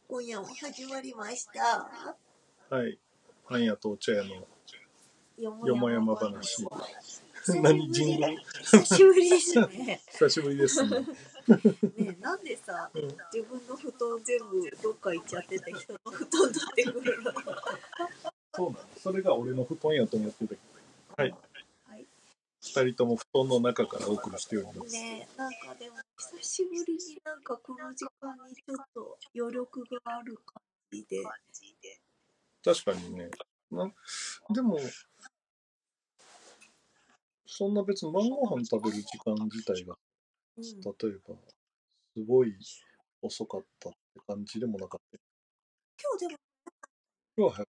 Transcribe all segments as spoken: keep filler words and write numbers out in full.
今夜も始まりました。 はい。パン屋とお茶屋のよよもやま話。何ジングル久しぶりですね。 久しぶりですね。 ねえ、なんでさ、うん、自分の布団全部どっか行っちゃってて人の布団取ってくるの。 そうなの。それが俺の布団やと思ってたけど。はい。 はい。 二人とも布団の中からお送りしております。 ねえ、なんかでも久しぶりになんかこの時間にちょっと余力がある感じで。 確かにね。なでも、そんな別に晩ご飯食べる時間自体が、うん、例えば、すごい遅かったって感じでもなかった。 今日でも、 今日は早く。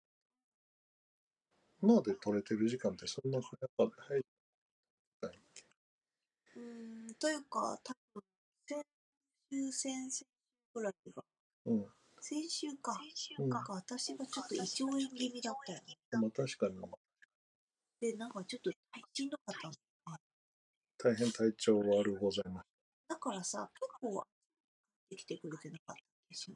今で取れてる時間ってそんな早かった早いないっけ？ うーん、というか、多分、先週、先々週ぐらいが、うん、先週か、先週か、うん、私がちょっと胃腸炎気味だったよね。 まあ確かに。 で、なんかちょっとしんどかったんだよね。 大変体調悪ございます。 だからさ、結構、できてくれてなかった気がします。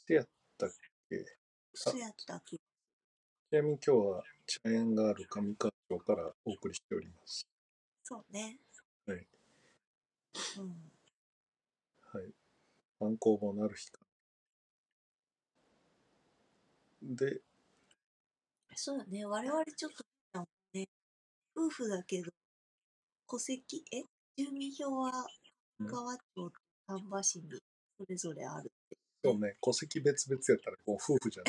せやったっけ？ せやったっけ？ ちなみに今日は茶園がある上川町からお送りしております。 そうね。 はい。 うん。 はい。番工房のある日か。で、 そうよね。我々ちょっとね、夫婦だけど、戸籍、え住民票は川町と丹波市にそれぞれあるって、 ね。そうね。戸籍別々やったらこう夫婦じゃ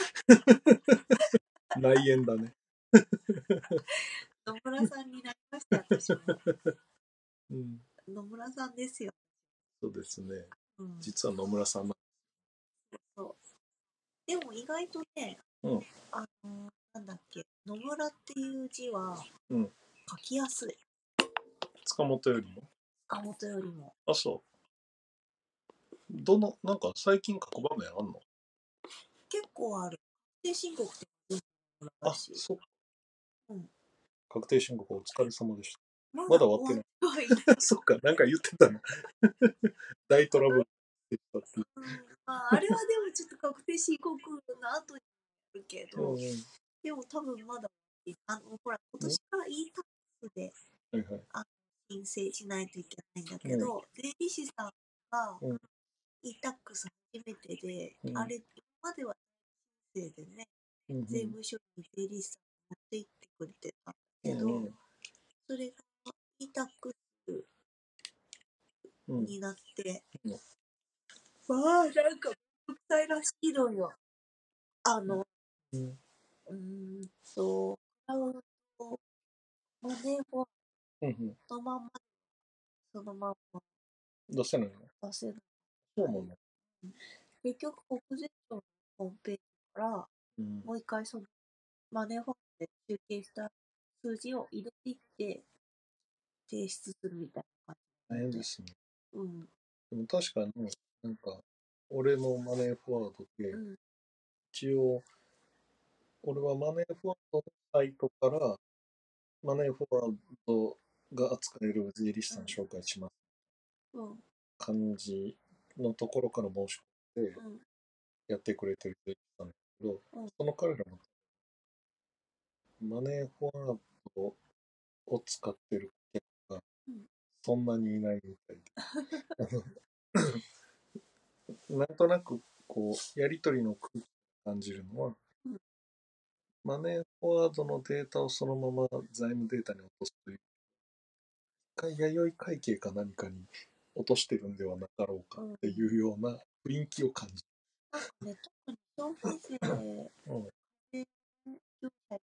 ない、ね。内縁だね。 野村さんになりました、私も。 うん、 野村さんですよ。 そうですね。うん、実は野村さんなんです。そう。でも意外とね、うん、あのなんだっけ、野村っていう字は書きやすい。 塚本よりも。 塚本よりも。 あ、そう。どのなんか最近書く場面あんの？ 結構ある。確定申告ってあ、そう。うん。確定申告お疲れ様でした。まだ, まだ終わってない。そっか、なんか言ってたな。大トラブルって言ったって。 うん、まあ、あれはでもちょっと確定申告の後にあるけど、うん、でも多分まだ、あの、ほら、今年から e タックスで、はいはい、あの申請しないといけないんだけど、うん、税理士さんが e タックス初めてで、うん、あれ、今までは申請でね、うん、税務署に税理士さん持って行ってくれてたんだけど、うん、それが e タックスになって、うんうん、まあ、なんか、国際らしいのよ。あの、うん、うーんと、クラウド、マネーフォンのまま、そのまま出せないの？ 出せない。 そうなの？ 結局、国税庁のホームページから、うん、もう一回そのマネーフォンで集計した数字を入れていって、提出するみたいな感じ。 大変ですね。 うん。 でも確かに、なんか、俺のマネーフォワードで、うん、一応、俺はマネーフォワードのサイトから、マネーフォワードが扱える税理士さん紹介します。うん。感じのところから申し込んで、やってくれてる税理士さんだけど、うん、その彼らも、マネーフォワードを使ってる客が、そんなにいないみたいで。なんとなく、こう、やりとりの空気を感じるのは、うん、マネーフォワードのデータをそのまま財務データに落とすという、一回弥生会計か何かに落としてるんではなかろうかっていうような雰囲気を感じる。ね、特に消費税うんで業者って、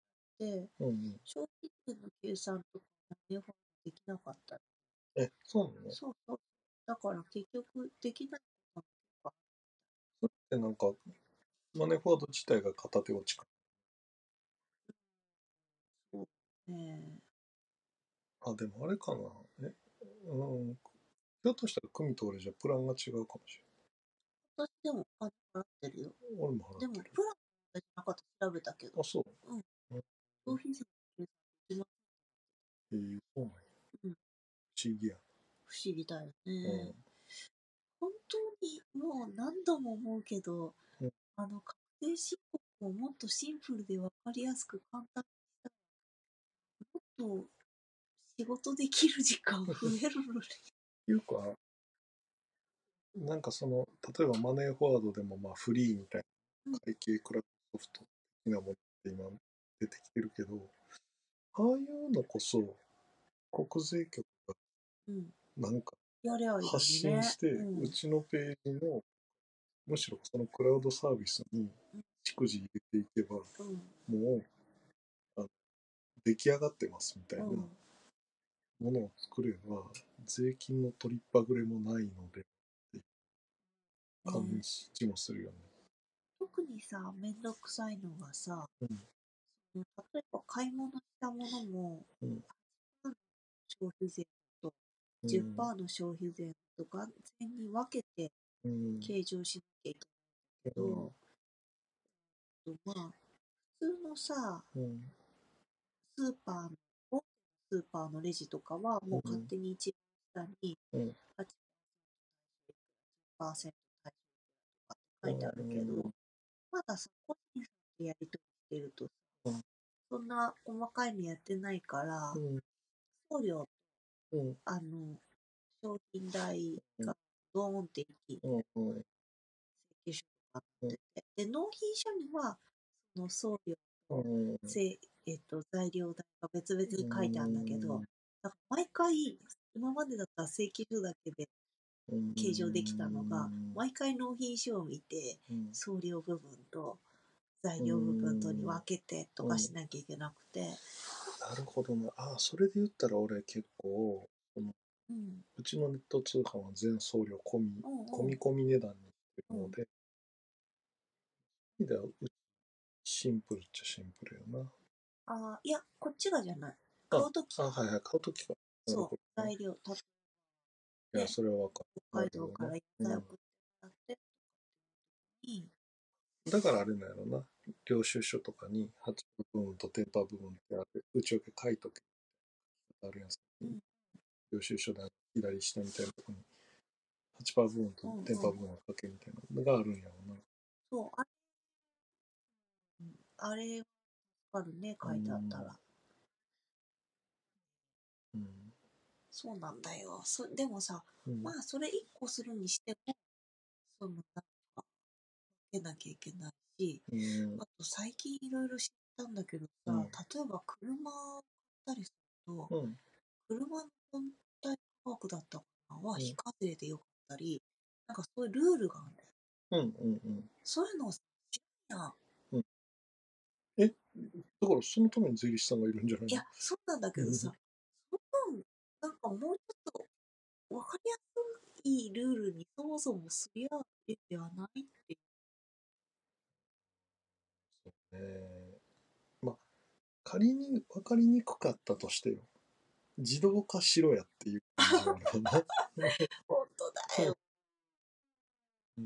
うん、消費税の計算とかマネーフォワードできなかった。 え、そうなの？ そうそう。だから結局できないことが。 それってなんか、マネーフォワード自体が片手落ちか。 そうね。 あ、でもあれかな。え、うん。ひょっとしたら組と俺じゃプランが違うかもしれない。私でもあ払ってるよ。 俺も払ってる。 でもプランじゃなかったら調べたけど。 あ、そう。 うん。消費税の計算できません。えー、そうなんや。うん。不思議や。 不思議だよね。うん、本当にもう何度も思うけど、 うん、 あの確定申告をもっとシンプルで分かりやすく簡単にしたら、もっと仕事できる時間増えるのに。 いうか、なんかその、例えばマネーフォワードでもまあフリーみたいな会計クラウドソフト的なものって今出てきてるけど、ああいうのこそ国税局がなんか発信して、うちのページのむしろそのクラウドサービスに逐次入れていけば、もうあ出来上がってますみたいなものを作れば、税金の取りっぱぐれもないのでっていう感じもするよね。 特にさ、めんどくさいのがさ、 うん、 例えば買い物したものも、うん、消費税と じゅっパーセント の消費税と完全に分けて計上しなきゃいけないけど、うん、まあ普通のさ、うん、スーパーのスーパーのレジとかはもう勝手に一番下にはちパーセント対象とか書いてあるけど、まださ、個人さんでやり取りしてるとさ、そんな細かいのやってないから、うん、送料と、うん、あの商品代がドーンっていき、うん、請求書とかって、うん、で納品書にはその送料と、うんえっと、材料代が別々に書いてあるんだけど、うん、だから毎回今までだったら請求書だけで計上できたのが、うん、毎回納品書を見て、うん、送料部分と材料部分とに分けてとかしなきゃいけなくて、うん、なるほどな。ああ、それで言ったら俺結構その、うん、うちのネット通販は全送料込み、うんうん、込み込み値段にしてるので、うん、シンプルっちゃシンプルよな。 ああ、いや、こっちがじゃない。買うとき。 あ、はいはい、買うときか。 そう、材料、たいや、それはわかる。 北海道から野菜送ってもらって、 うん、だからあれなんやろな。領収書とかにはち部分とテンパ部分ってあって、内訳書いとけ。あるやつ、うん、領収書で左下みたいなところにはちパーセント部分とテンパ部分を書けみたいなのがあるんやろな。 そう、あれ、あれあるね、書いてあったら。うん、そうなんだよ。そでもさ、うん、まあそれいっこするにしても、そのなんか分けなきゃいけないし、うん、あと最近いろいろ知ったんだけどさ、うん、例えば車買ったりすると、うん、車の本体価格だったかなは非課税でよかったり、うん、なんかそういうルールがあるんだよ。うんうんうん。そういうのを知らないな。うん。 え、だからそのために税理士さんがいるんじゃないの？ いや、そうなんだけどさ、そんなん、なんかもうちょっと分かりやすいルールにそもそもすりゃえではないっていう。 そうね。まあ、仮に分かりにくかったとしてよ。自動化しろやっていう感じはあるよな。 本当だよ。うん、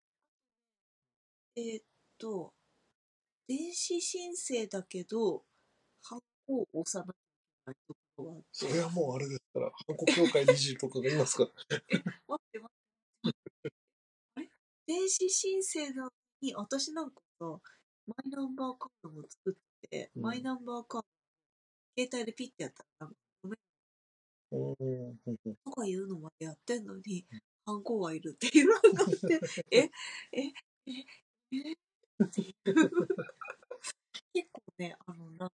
えー、っと、電子申請だけど、ハンコを押さなきゃいけないところがあって。 それはもうあれですから、ハンコ協会理事とかがいますから。 え、待って待って。あれ電子申請なのに、私なんかさ、マイナンバーカードも作って、うん、マイナンバーカード、携帯でピッてやったら、ごめん。とかいうのまでやってんのに、ハンコがいるっていうのがあって、え、え、え、え、っていう。結構ね、あの、なんか、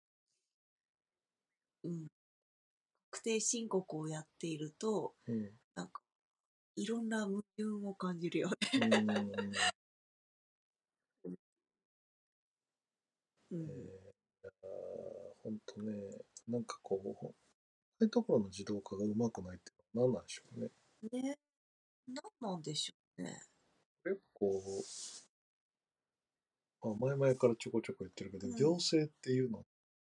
うん、確定申告をやっていると、うん、なんか、いろんな矛盾を感じるよね。 うん、えー、ほんとね、なんかこう、こういうところの自動化がうまくないって何なんでしょうね。 ね、何なんでしょうね。 結構、まあ、前々からちょこちょこ言ってるけど、うん、行政っていうの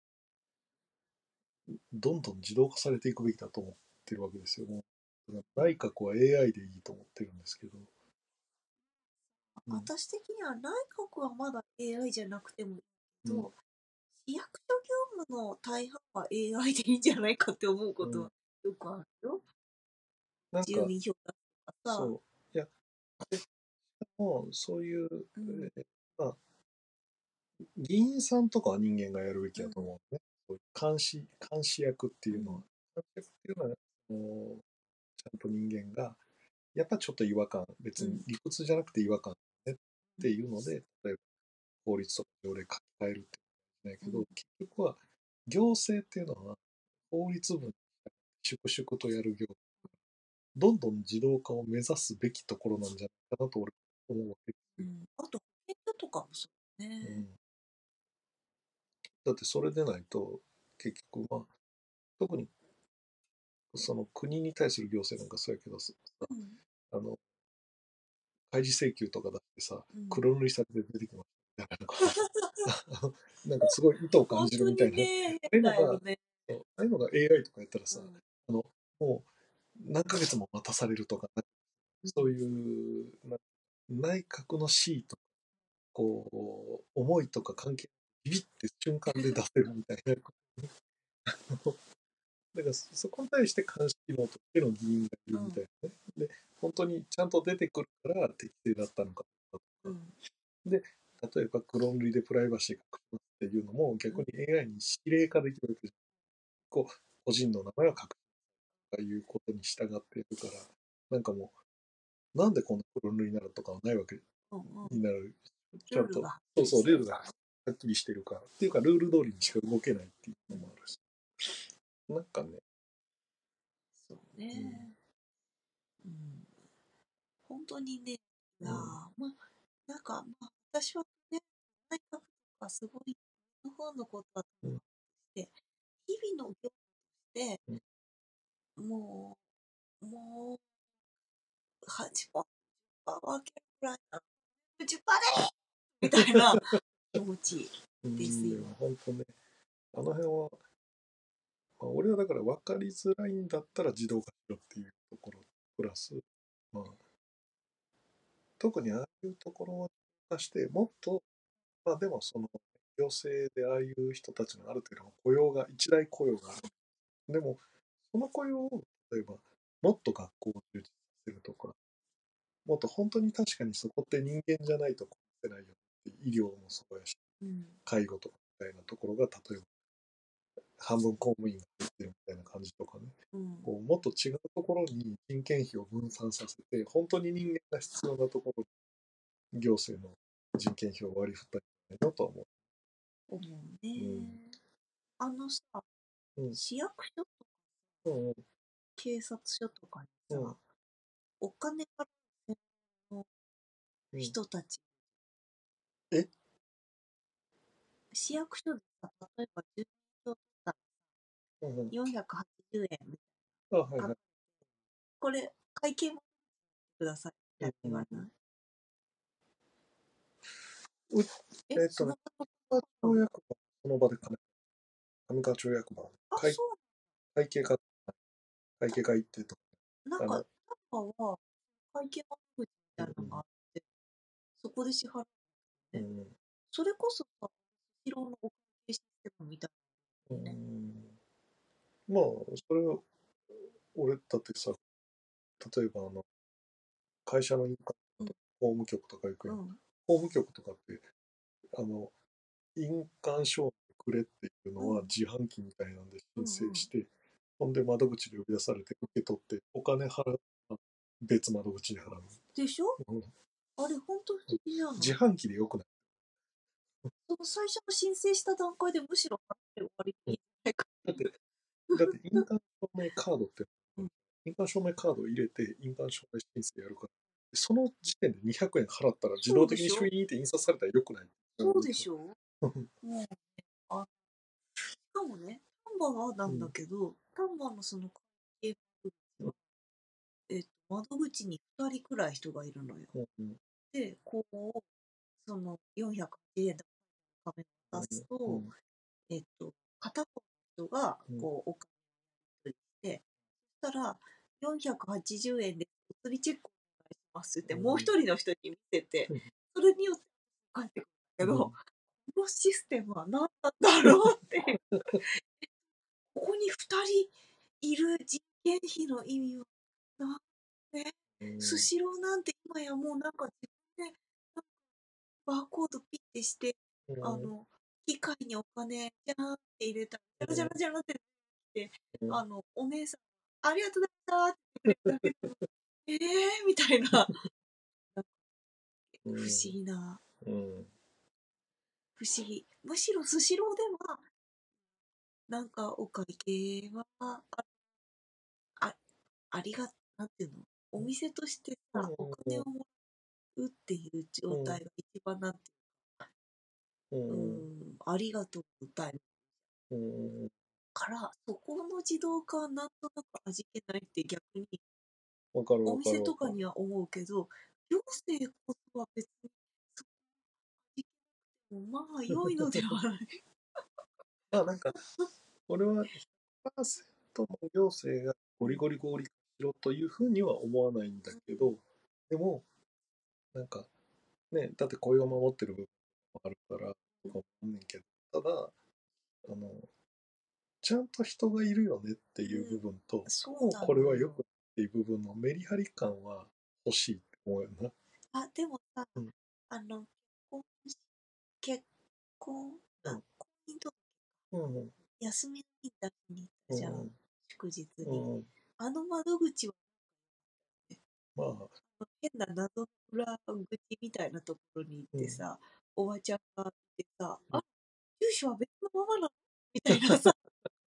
どんどん自動化されていくべきだと思ってるわけですよね。内閣は エーアイ でいいと思ってるんですけど。 うん、私的には内閣はまだ エーアイ じゃなくてもいいけど、うん、市役所業務の大半は エーアイ でいいんじゃないかって思うことはよくあるよ。うん、なんか住民票だとかさ。 そう。いや、 もそういう、 うんえーまあ、議員さんとかは人間がやるべきだと思うね。そういう監視、監視役っていうのは。監視役っていうのは、もうちゃんと人間が、やっぱちょっと違和感、別に理屈じゃなくて違和感ねっていうので、例えば法律とか条例書き換えるってないけど、結局は行政っていうのは法律文に粛々とやる業務、どんどん自動化を目指すべきところなんじゃないかなと俺思うわけですよ。 うん、あと保健所とかもそうね、 うん、だってそれでないと結局まあ特にその国に対する行政なんかそうやけどさ、 うん、 あの開示請求とかだってさ、 うん、 黒塗りされて出てきましたみたいなことさ、あのなんかすごい意図を感じるみたいな、 ね、 ああいうのが、 ね、 ああいうのが エーアイ とかやったらさ、うん、あのもう何ヶ月も待たされるとか、そういう内閣の C とか、こう、思いとか関係、ビビって瞬間で出せるみたいな。だからそこに対して監視機能としての議員がいるみたいなね。うん、で、本当にちゃんと出てくるから適正だったのかとか、うん、で、例えば黒塗りでプライバシーが隠しますっていうのも逆に エーアイ に指令化できるわけじゃん。こう、個人の名前を隠すとかいうことに従っているから、なんかもう、なんでこんな黒塗りになるとかはないわけになる。ちゃんと、そうそう、ルールがはっきりしてるから。っていうか、ルール通りにしか動けないっていうのもあるし。なんかね。 そうね。うん。うん、本当にね、いや、うん、まあ、なんか、まあ、私はね、内閣とかすごい、の方のことはともかくして、日々の業務として、うん、もう、もう、はちパーセント分けるくらいなの。じゅっパーセントみたいな気持ちですよ。 本当ね、あの辺は、まあ、俺はだから分かりづらいんだったら自動化しろっていうところ、プラス、まあ、特にああいうところを出して、もっと、まあでもその、行政でああいう人たちのある程度の雇用が、一大雇用がある。でも、その雇用を、例えば、もっと学校を充実させるとか、もっと本当に確かにそこって人間じゃないとこなせないよって、医療もそうやし、うん、介護とかみたいなところが、例えば、半分公務員が入ってるみたいな感じとかね、うん、こうもっと違うところに人件費を分散させて、本当に人間が必要なところに行政の人件費を割り振ったりなとは思う。 思うね。うん、あのさ、うん、市役所とか、うん、警察署とかにさ、うん、お金払う人たち、うん、え市役所でさ、例えばじゅうまん票取ったらさ、うん、よんひゃくはちじゅうえんみたいな。あ、はいはい、これ、会計もくださいみたいに言われない？ うん、ええっとね、上川町役場、その場で金、上川町役場、会会計課、会計課行ってと。なんか、中は会計窓口みたいなのがあって、そこで支払う、ね。うん、それこそさ、スシローのお会計システムみたいな、ね。うん、まあ、それは、俺だってさ、例えばあの、会社の印鑑とか、法務局とか行くやん。うん、法務局とかって、あの、印鑑証明くれっていうのは自販機みたいなんで申請して、うんうん、ほんで窓口で呼び出されて受け取って、お金払う別窓口で払う。でしょ、うん、あれ本当不思議じゃない？自販機でよくない？その最初の申請した段階でむしろ払って終わりでいいんじゃないか。だって、だって印鑑証明カードって、うん、印鑑証明カードを入れて印鑑証明申請やるから、その時点でにひゃくえん払ったら自動的にシュイーンって印刷されたらよくない？そうでしょう。もう、あ、しかもね、丹波はなんだけど、丹波のその会計窓口は、えっと、窓口にふたりくらい人がいるのよ。うん、で、こう、そのよんひゃくはちじゅうえんで紙を渡すと、うん、えっと、片方の人が、こう、お金をやり取りして、そしたら、よんひゃくはちじゅうえんでお釣りチェックお願いしますって、もう一人の人に見せて、それによって返ってくるんだけど、このシステムは何なんだろうって。ここにふたりいる人件費の意味は、なんで、スシローなんて今やもうなんか自バーコードピッてして、あの、機械にお金、じゃーって入れたら、じゃらじゃらじゃらって出てきて、あの、お姉さん、ありがとうございましたって言ってくれるだけで、えーみたいな。不思議な。不思議。むしろスシローでは、なんかお会計は、あ、あありが、なんていうの、お店としてさ、お金をもらうっていう状態が一番なんていうか、うん、ありがとうタイム。から、そこの自動化はなんとなく味気ないって逆に、お店とかには思うけど、行政こそは別に、そこ味気なくても、まあ良いのではない。 まあなんか、俺はひゃくパーセントの行政がゴリゴリ合理化しろというふうには思わないんだけど、でも、なんか、ね、だって雇用を守ってる部分もあるから、とか思うねんけど、ただ、あの、ちゃんと人がいるよねっていう部分と、もうこれはよくっていう部分のメリハリ感は欲しいって思うよな。 あ、でもさ、うん、あの、結婚し、結婚、あ、婚姻届か。うんうん、休みの日出しに行ったじゃん、うん、祝日に。うん、あの窓口は、ね、まあ、変な謎の裏口みたいなところに行ってさ、うん、おばちゃんがいてさ、うん、あ、住所は別のままなのみたいなさ。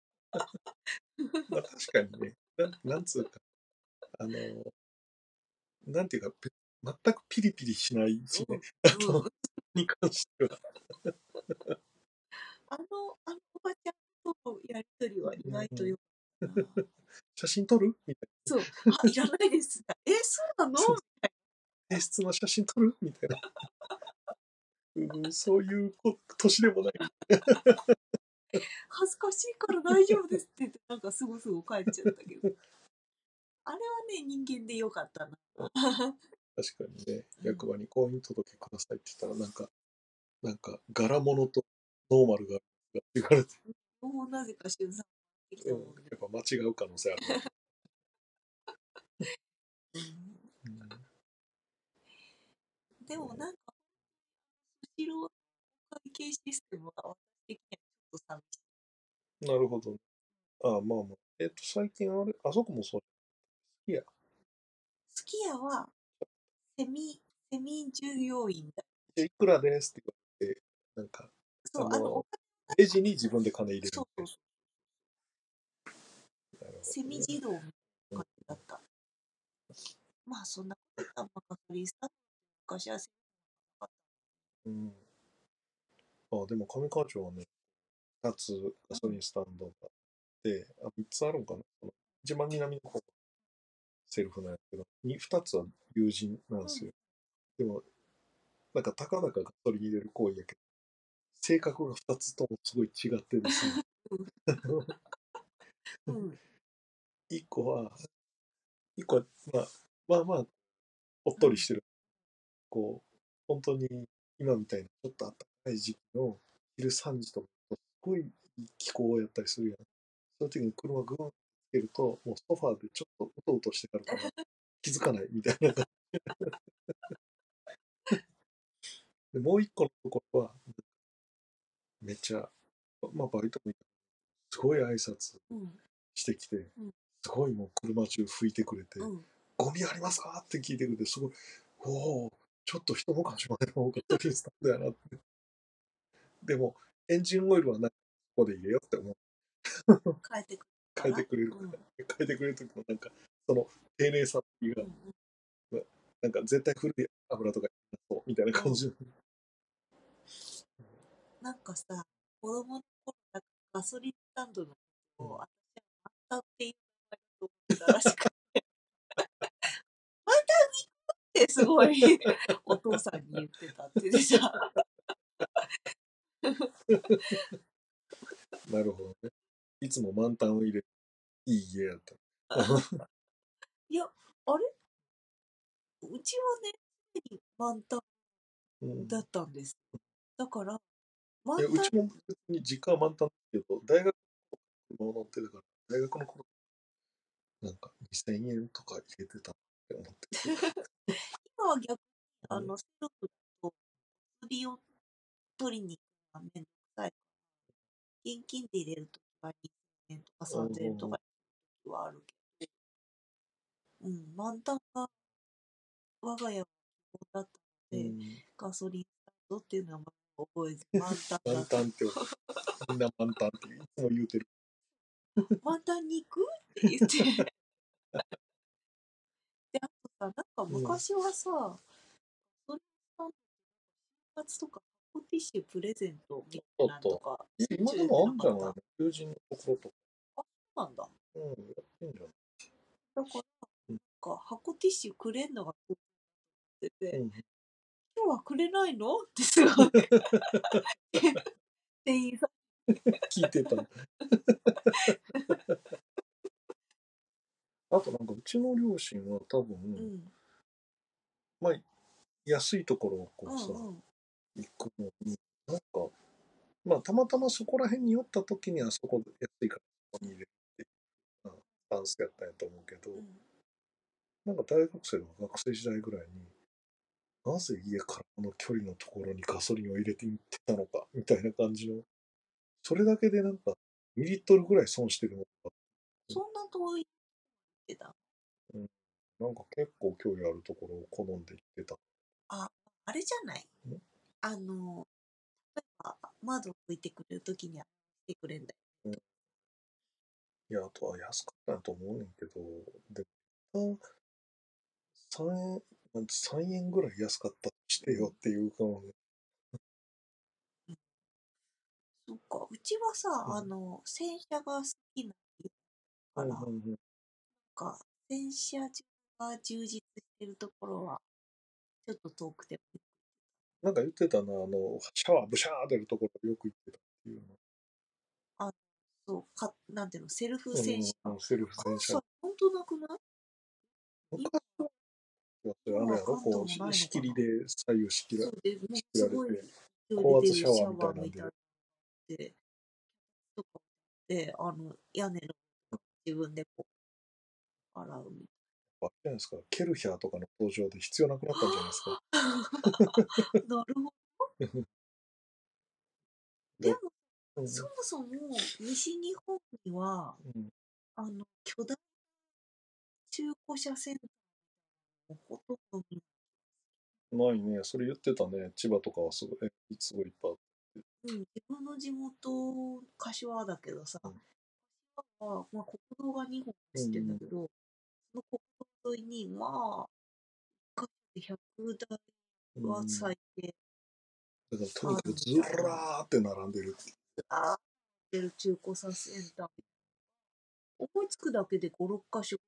まあ確かにね、な、なんつうか、あの、なんていうか、全くピリピリしないしね、うん、あと、に関しては。 あの、あのおばちゃんとのやりとりは意外とよかったな。 写真撮るみたいな。そう。あ、いらないです。え、そうなのみたいな。提出の写真撮るみたいな。うん、そういう年でもない。 恥ずかしいから大丈夫ですって言って、なんかすぐすぐ帰っちゃったけど。あれはね、人間でよかったな。確かにね、役場に婚姻届くださいって言ったら、なんか、なんか、柄物とノーマルが言われて。 もうなぜか俊さんできたもん、ね、 うん、やっぱ間違う可能性あるな。 うん、でもなんか、スシローの会計システムは私的にはちょっと寂しい。なるほど。ああ、まあまあ。えっと、最近あれ、あそこもそう。すき家。 すき家は、セミ、セミ従業員だ。 じゃいくらですって言われて、なんか、そう、あの、レジに自分で金入れる。そうそうそう。 セミ自動みたいな感じだった。うん、まあ、そんなこと言ったら、まあ、ガソリンスタンド昔はセミなかった。うん。 あ、でも上川町はね、ふたつガソリンスタンドがあって、あ、みっつあるんかな。一番南の方がセルフなんやけど、ふたつは友人なんですよ。うん、でも、なんかたかだかガソリン入れる行為やけど、性格がふたつともすごい違ってですね。うん、いっこは、いっこは、まあ、まあまあ、おっとりしてる。こう、本当に今みたいなちょっと暖かい時期の昼さんじとか、すごい気候やったりするやん。そういう時に車グーンつけると、もうソファーでちょっとうとうとしてからかな、気づかないみたいな感じ。で、もう一個のところは、めっちゃ、まあバイトもすごい挨拶してきて、うん、すごいもう車中拭いてくれて、うん、ゴミありますかって聞いてくれて、すごい、おお、ちょっと一昔前の方がトリスタンドやなって。でも、エンジンオイルはなんかここで入れようって思う。変えてくれる。変えてくれる。うん、変えてくれる時のなんか、その丁寧さが、うん、なんか絶対古い油とかそうみたいな感じ、うん、なんかさ、子供の頃なんかガソリンスタンドのことを、うん、私はマンタっていう名前だと思ってたらしくてマンタに行くってすごいお父さんに言ってたってでさなるほどね。いつも満タンを入れいい家やった。いや、あれうちはね、常に満タンだったんです。だから、満タン。いや、うちも別に実家は満タンだけど、大学の車乗ってたから、大学の頃、なんかにせんえんとか入れてたって思って。今は逆に、あの、セルフだと、普通リを取りに行くのがめんどくさい。現金で入れるときはにせんえんとかさんぜんえんとかはあるけど、うん、満タンが我が家は希望だったので、うん、ガソリンスタンドっていう名前を覚えず満タンだ満タンってみんな満タンっていつも言うてる。 満タンに行くって言ってで、あとさ、なんか昔はさ、ガソリンスタンド就活とか箱ティッシュプレゼントみたいなのとか、 今でもあるんじゃないの？友人のところとか。 あ、そうなんだ。 うん、やってんじゃん。 だから、なんか箱ティッシュくれんのが来ってて、うん、今日はくれないのってすごい店員さん聞いてた。あとなんかうちの両親は多分、うん、まあ安いところをこうさ、うんうん、行くのになんかまあたまたまそこら辺に寄った時にはそこで安いからそこに入れるっていうスタンスやったんやと思うけど、うん、なんか大学生の学生時代ぐらいになぜ家からの距離のところにガソリンを入れていってたのかみたいな感じの、それだけでなんかにリットルぐらい損してるのか。 そんな遠いってた、 うん、なんか結構距離あるところを好んで行ってた。 あ、あれじゃない？あの、例えば窓を拭いてくれるときにはしてくれるんだよ、うん。いや、あとは安かったと思うねんけど、でも、さんえん、さんえんぐらい安かったとしてよっていうかもね。 うん、そっか、うちはさ、うん、あの、洗車が好きなから、うんうんうん、なんか、洗車場が充実してるところは、ちょっと遠くて。 なんか言ってたな、あの、シャワーブシャー出るところよく行ってたっていうの。 あ、そう、か、なんていうの、セルフ洗車。 うんうん、セルフ洗車。 本当なくない？ 昔は、あれやろ、こう、仕切りで左右仕切られて、高圧シャワーみたいなんで。 で、とかで、あの、屋根の自分でこう、洗うみたいな。 あれじゃないですか、ケルヒャーとかの登場で必要なくなったんじゃないですか。 なるほど。でも、うん、そもそも西日本には、うん、あの巨大中古車センターもほとんど見ない。ないね。それ言ってたね。千葉とかはすごい、すごいいっぱいあって。 うん、自分の地元、柏だけどさ、うん、柏は、まあ、国道がにほん走ってんだけど、うん、その国道沿いに、まあ、ひゃくだいは最低。 うん、だからとにかくずらーって並んでるって。 ああ、てる中古車センター。思いつくだけでご、ろっかしょ。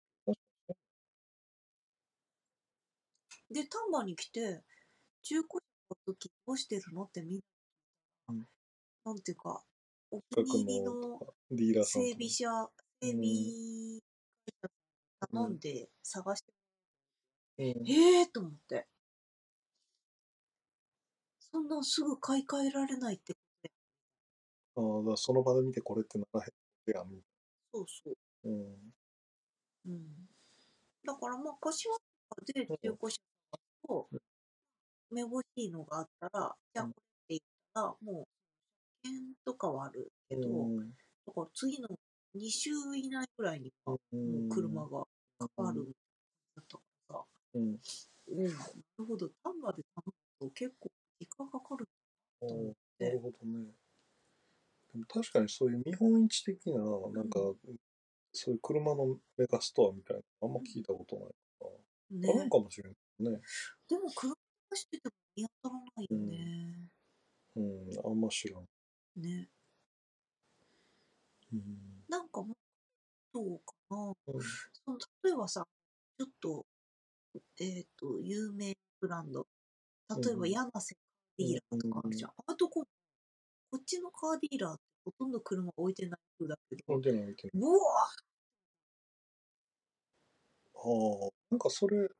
で、丹波に来て、中古車の時どうしてるのってみんな、うん、なんていうか、お気に入りの整備車、整備会社頼んで探して、うん、えーと思って。そんなすぐ買い替えられないってことで。ああ、だからその場で見てこれってならへんやん。 そうそう。うん。うん。だからまあ、柏とかで中古車と、めぼしいのがあったら、じゃあこれって言ったら、もう、車検とかはあるけど、うん、だから次のに週以内ぐらいには、もう車がかかるだったからさ、うん、うん、なるほど、丹波で頼むと結構時間かかると思って。 なるほどね。でも確かにそういう見本市的な、なんか、うん、そういう車のメガストアみたいなのあんま聞いたことないから、ね、あるんかもしれないね。 でも車出してても見当たらないよね。 うん、うん、あんま知らん。ね。 うん、なんかもう、どうかな。うん、その例えばさ、ちょっと、えっ、ー、と、有名ブランド。例えば、柳瀬カーディーラーとかあるじゃん。うん、あとこ、こっちのカーディーラーってほとんど車置いてない風だけど。 置いてない置いてない。 うわああ、なんかそれって、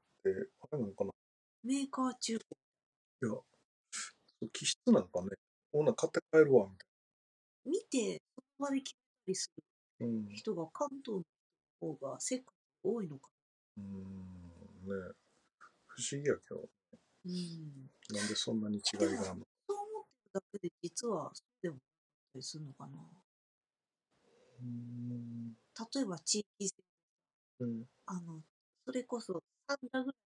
あれなのかな。 メーカー中古。 いや、気質なんかね。こんなん買って帰るわ、みたいな。見て、その場で決めたりする人が関東の方が世界多いのか。 うん、ね。不思議やけど。 うん。 なんでそんなに違いがあるの？ そう思ってるだけで実はそうでもなかったりするのかな。 うーん。 例えば地域性、 うん。 あの、それこそサンダぐらい、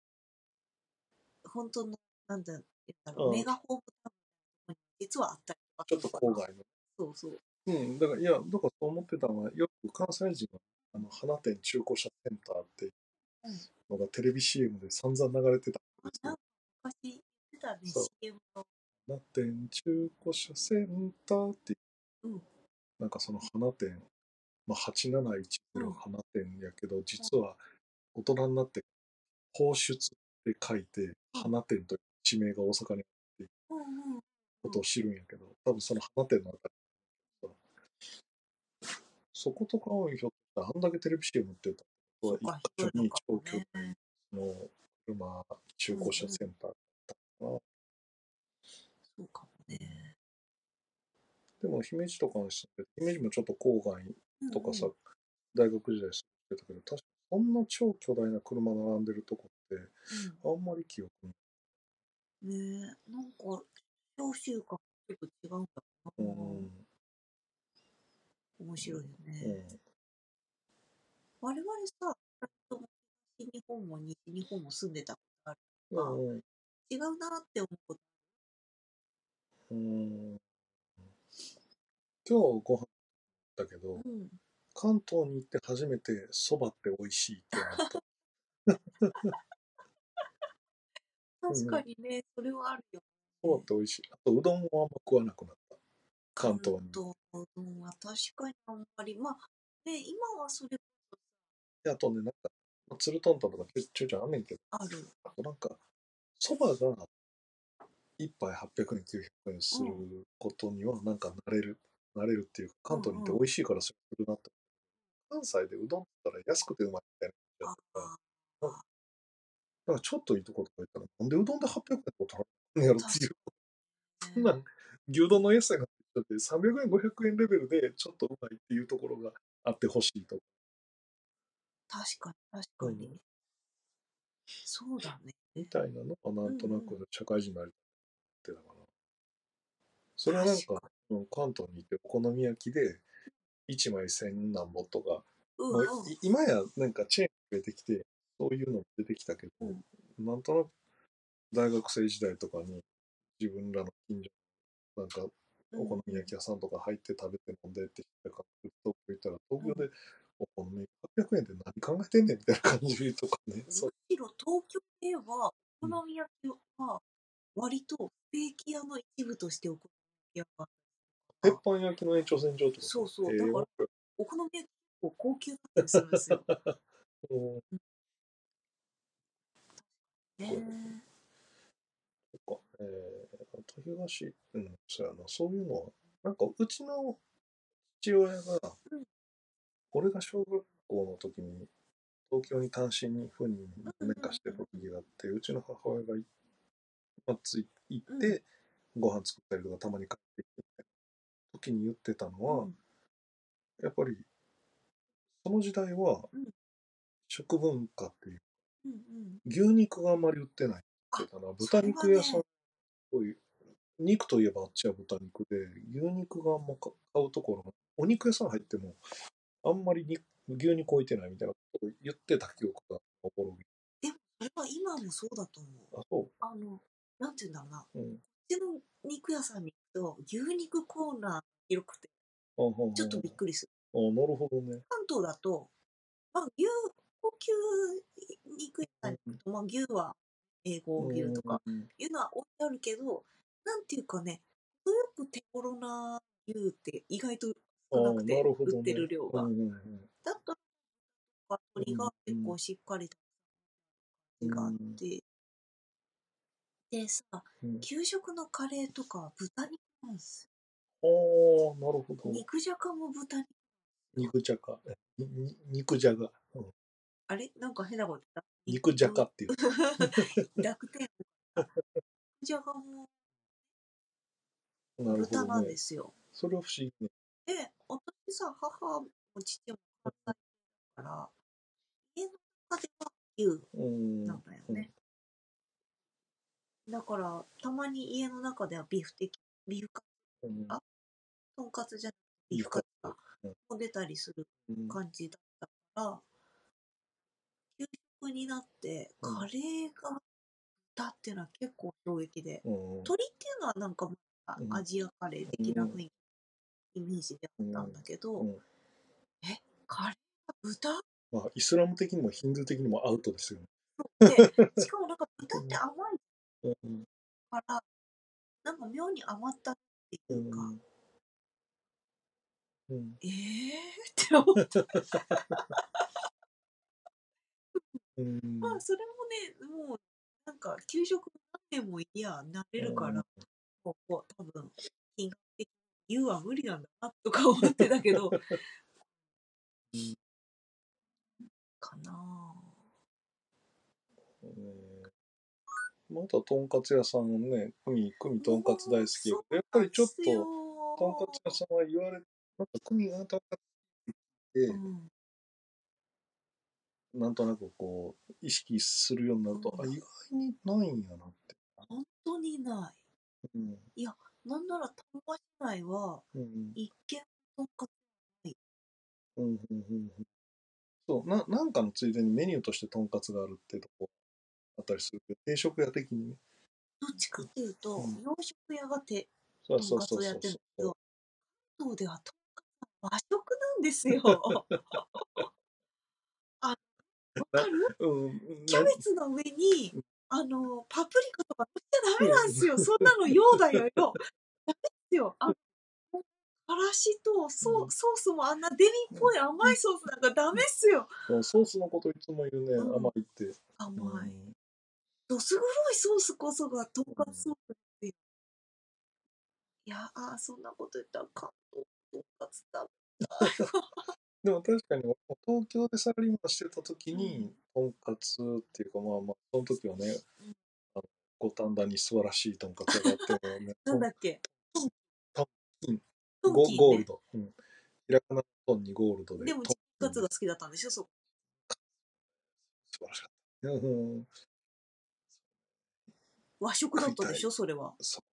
本当の、なんだろう、メガホームタウンのとこに実はあったりとかちょっと郊外の。 そうそう。 うん、だから、いや、だからそう思ってたのは、よく関西人のあの花店中古車センターっていうのがテレビ シーエム で散々流れてたんですよ。 なんか昔言ってたね、 そうシーエム の。 花店中古車センターっていう、 うん、 なんかその花店、まあ、はちなないちゼロ花店やけど、実は大人になって放出って書いて、花店という地名が大阪にあっていうことを知るんやけど、多分その花店のあたり、そことかをひょっとしたらあんだけテレビ シーエム ってたことは一箇所に超巨大の車中古車センターだったかな。 そうかもね。 でも姫路とかに住んで、姫路もちょっと郊外とかさ、 うんうん、 大学時代住んでたけど、確かそんな超巨大な車並んでるとこって、あんまり記憶ない。 ねえ、なんか、教習感ちょっと違うんだな。 うん。 面白いよね。 うん。 我々さ、東日本も西日本も住んでたことあるから、 うん。 違うなって思うこと。 うん。今日ご飯だけど、 うん、 関東に行って初めて蕎麦って美味しいって思った。 確かにね、それはあるよ、ね。 蕎麦って美味しい。あと、うどんもあんま食わなくなった。関関東に。 東のうどんは確かにあんまり、まあ、ね、今はそれこそで、あとね、なんか、つるとんとんとかちょちょいちょいあんねんけど、 ある。 あとなんか、蕎麦がいっぱいはっぴゃくえん、きゅうひゃくえんすることには、なんか慣れる。慣れるっていうか、関東に行って美味しいからそれするなって。関西でうどんって言ったら安くてうまいみたいな感じだったから、なんかちょっといいところとか言ったら、なんでうどんではっぴゃくえんとか取らんやろっていう。そんなん、牛丼の安さがってさんびゃくえん、ごひゃくえんレベルでちょっとうまいっていうところがあってほしいと。 確かに、確かに。 うん、 そうだね。 みたいなのがなんとなうんうん、 く社会人になりってたかな。それはなんか、 確かうん、関東にいてお好み焼きでいちまいせんなんぼとか、 に。うんもううん。 今やなんかチェーン増えてきて、そういうのも出てきたけど、 うん、 なんとなく大学生時代とかに自分らの近所なんかお好み焼き屋さんとか入って食べて飲んでって言ったから、東京行ったら東京でお好み焼きはっぴゃくえんで何考えてんねんみたいな感じとかね。 むしろ東京ではお好み焼きは割とステーキ屋の一部としてお好み焼き屋が鉄板焼きの延長線上ってこと？ そうそう。 えー、 だからお好み焼き結構高級だったりするんですよ。 うん、 ねそっか、えー、あと東、うん、そうやな、そういうのは、なんかうちの父親が、 うん、 俺が小学校の時に東京に単身に赴任何年かしてた時があって、うちの母親が、まあ、つい行うん、 ってご飯作ったりとかたまに帰ってきてみたいな時に言ってたのは、 うん、 やっぱりその時代はうん、 食文化っていう、 うん、うん。 牛肉があんまり売ってないって言あ、 ってたな。 そ豚れはね、 肉屋さんっぽい。肉といえばあっちは豚肉で、牛肉があんま買うところ、お肉屋さん入っても、あんまり肉牛肉置いてないみたいなことを言ってた記憶が残る。 でもそれは今もそうだと思う。 あ、そあの、なんて言うんだろうな。 う。うん。 うちの肉屋さんに行くと牛肉コーナー広くて、 あ、はちょっとびっくりする。 あ、あ、なるほどね。 関東だと、まあ、牛、高級肉屋さんに行くと、まあ、牛は英語牛とかいうのは置いてあるけど、なんていうかね、程よく手頃な牛って意外とああ、 少なくて、 なるほ売ってどね。 る量が。 うんうんだったら、鶏が結構しっかりとうん。 味があっうん。 て、でさ、 うん。 給食のカレーとかは豚肉なんですああ、なるほよ。 ど。 肉じゃがも豚肉。 肉じゃが。えにに肉じゃが。うん、 あれなんか変なこと言った。 肉じゃがっていう。 濁点。肉じゃがもなるほ豚なんどね。 ですよ。 それは不思議ね。 で、私さ、母も父も関西だから、家の中では牛うん。 なんだようん。 ね。 だからたまに家の中ではビーフ的ビーフカツ、うん、あとんかつじゃなくてビーフカツがも出たりする感じだったから、うん、給食になってカレーが豚っていうのは結構衝撃で、うん、鶏っていうのはなんかアジアカレー的な雰囲気、イメージであったんだけど、うんうん、えカレーが豚、 まあ、イスラム的にもヒンドゥー的にもアウトですよね。 でしかもなんか豚って甘いから、なんか妙に甘ったっていうか、うんうん、えーって思った。うん、まあそれもね、もうなんか給食何年もいや慣れるから、うん、もう多分金額的に言うは無理なんだなとか思ってたけど、うん、かなぁ。 またとんかつ屋さんね、久美、久美とんかつ大好きやけど、やっぱりちょっと、とんかつ屋さんは言われて、なんか久美がとんかつで、うん、なんとなくこう、意識するようになると、うん、あ、意外にないんやなって。 本当にない。うん、いや、なんなら丹波市内は、一見とんかつない。 うんうんうんうん、そうな、なんかのついでにメニューとしてとんかつがあるっていうとこあったりするけど、定食屋的にね。 どっちかっていうと、うん、洋食屋がてとんかつをやってるんだけど、関東ではとんかつは和食なんですよ。あ、わかる？うん、キャベツの上に、あの、パプリカとか乗っちゃダメなんですよ。そんなの用だよよ。ダメですよ。あからしとソ、ソースもあんなデミっぽい甘いソースなんかダメっすよ。 ソースのこといつも言うね、うん、甘いって。 甘い。どす黒いソースこそがとんかつソースって。いやあ、そんなこと言ったら関東とんかつ食べたいわ。 でも確かに東京でサラリーマンしてた時に、とんかつっていうか、まあまあ、その時はね、うん、あの五反田に素晴らしいとんかつ屋があってもね。 なんだっけ？ トンキン。ゴールド。うん。ひらがなのトンにゴールドで。 でも、とんかつが好きだったんでしょ、そこ。 素晴らしかった。うん。 和食だったでしょ、それは。 そう、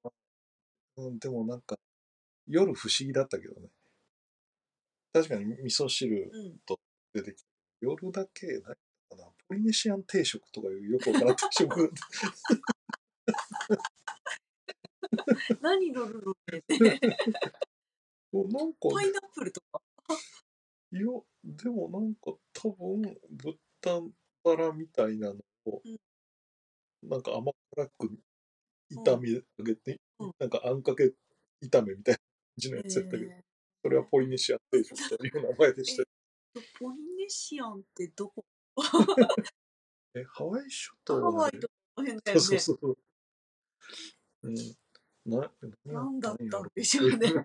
うん。でもなんか、夜不思議だったけどね。確かに味噌汁と出てきて、うん、夜だけないかな。ポリネシアン定食とかいうよくわからん定食何乗るのってなんかパイナップルとかいや、でもなんか多分豚バラみたいなのを、うん、なんか甘辛く炒め上げて、うん、なんかあんかけ炒めみたいな感じのやつやったけど、えー、それはポリネシアン定食という名前でした。 ポリネシアンってどこえ、ハワイ諸島、 ね、ハワイとかの辺だよね。そうそうそう。 うん、な、 なんだったんでしょうね。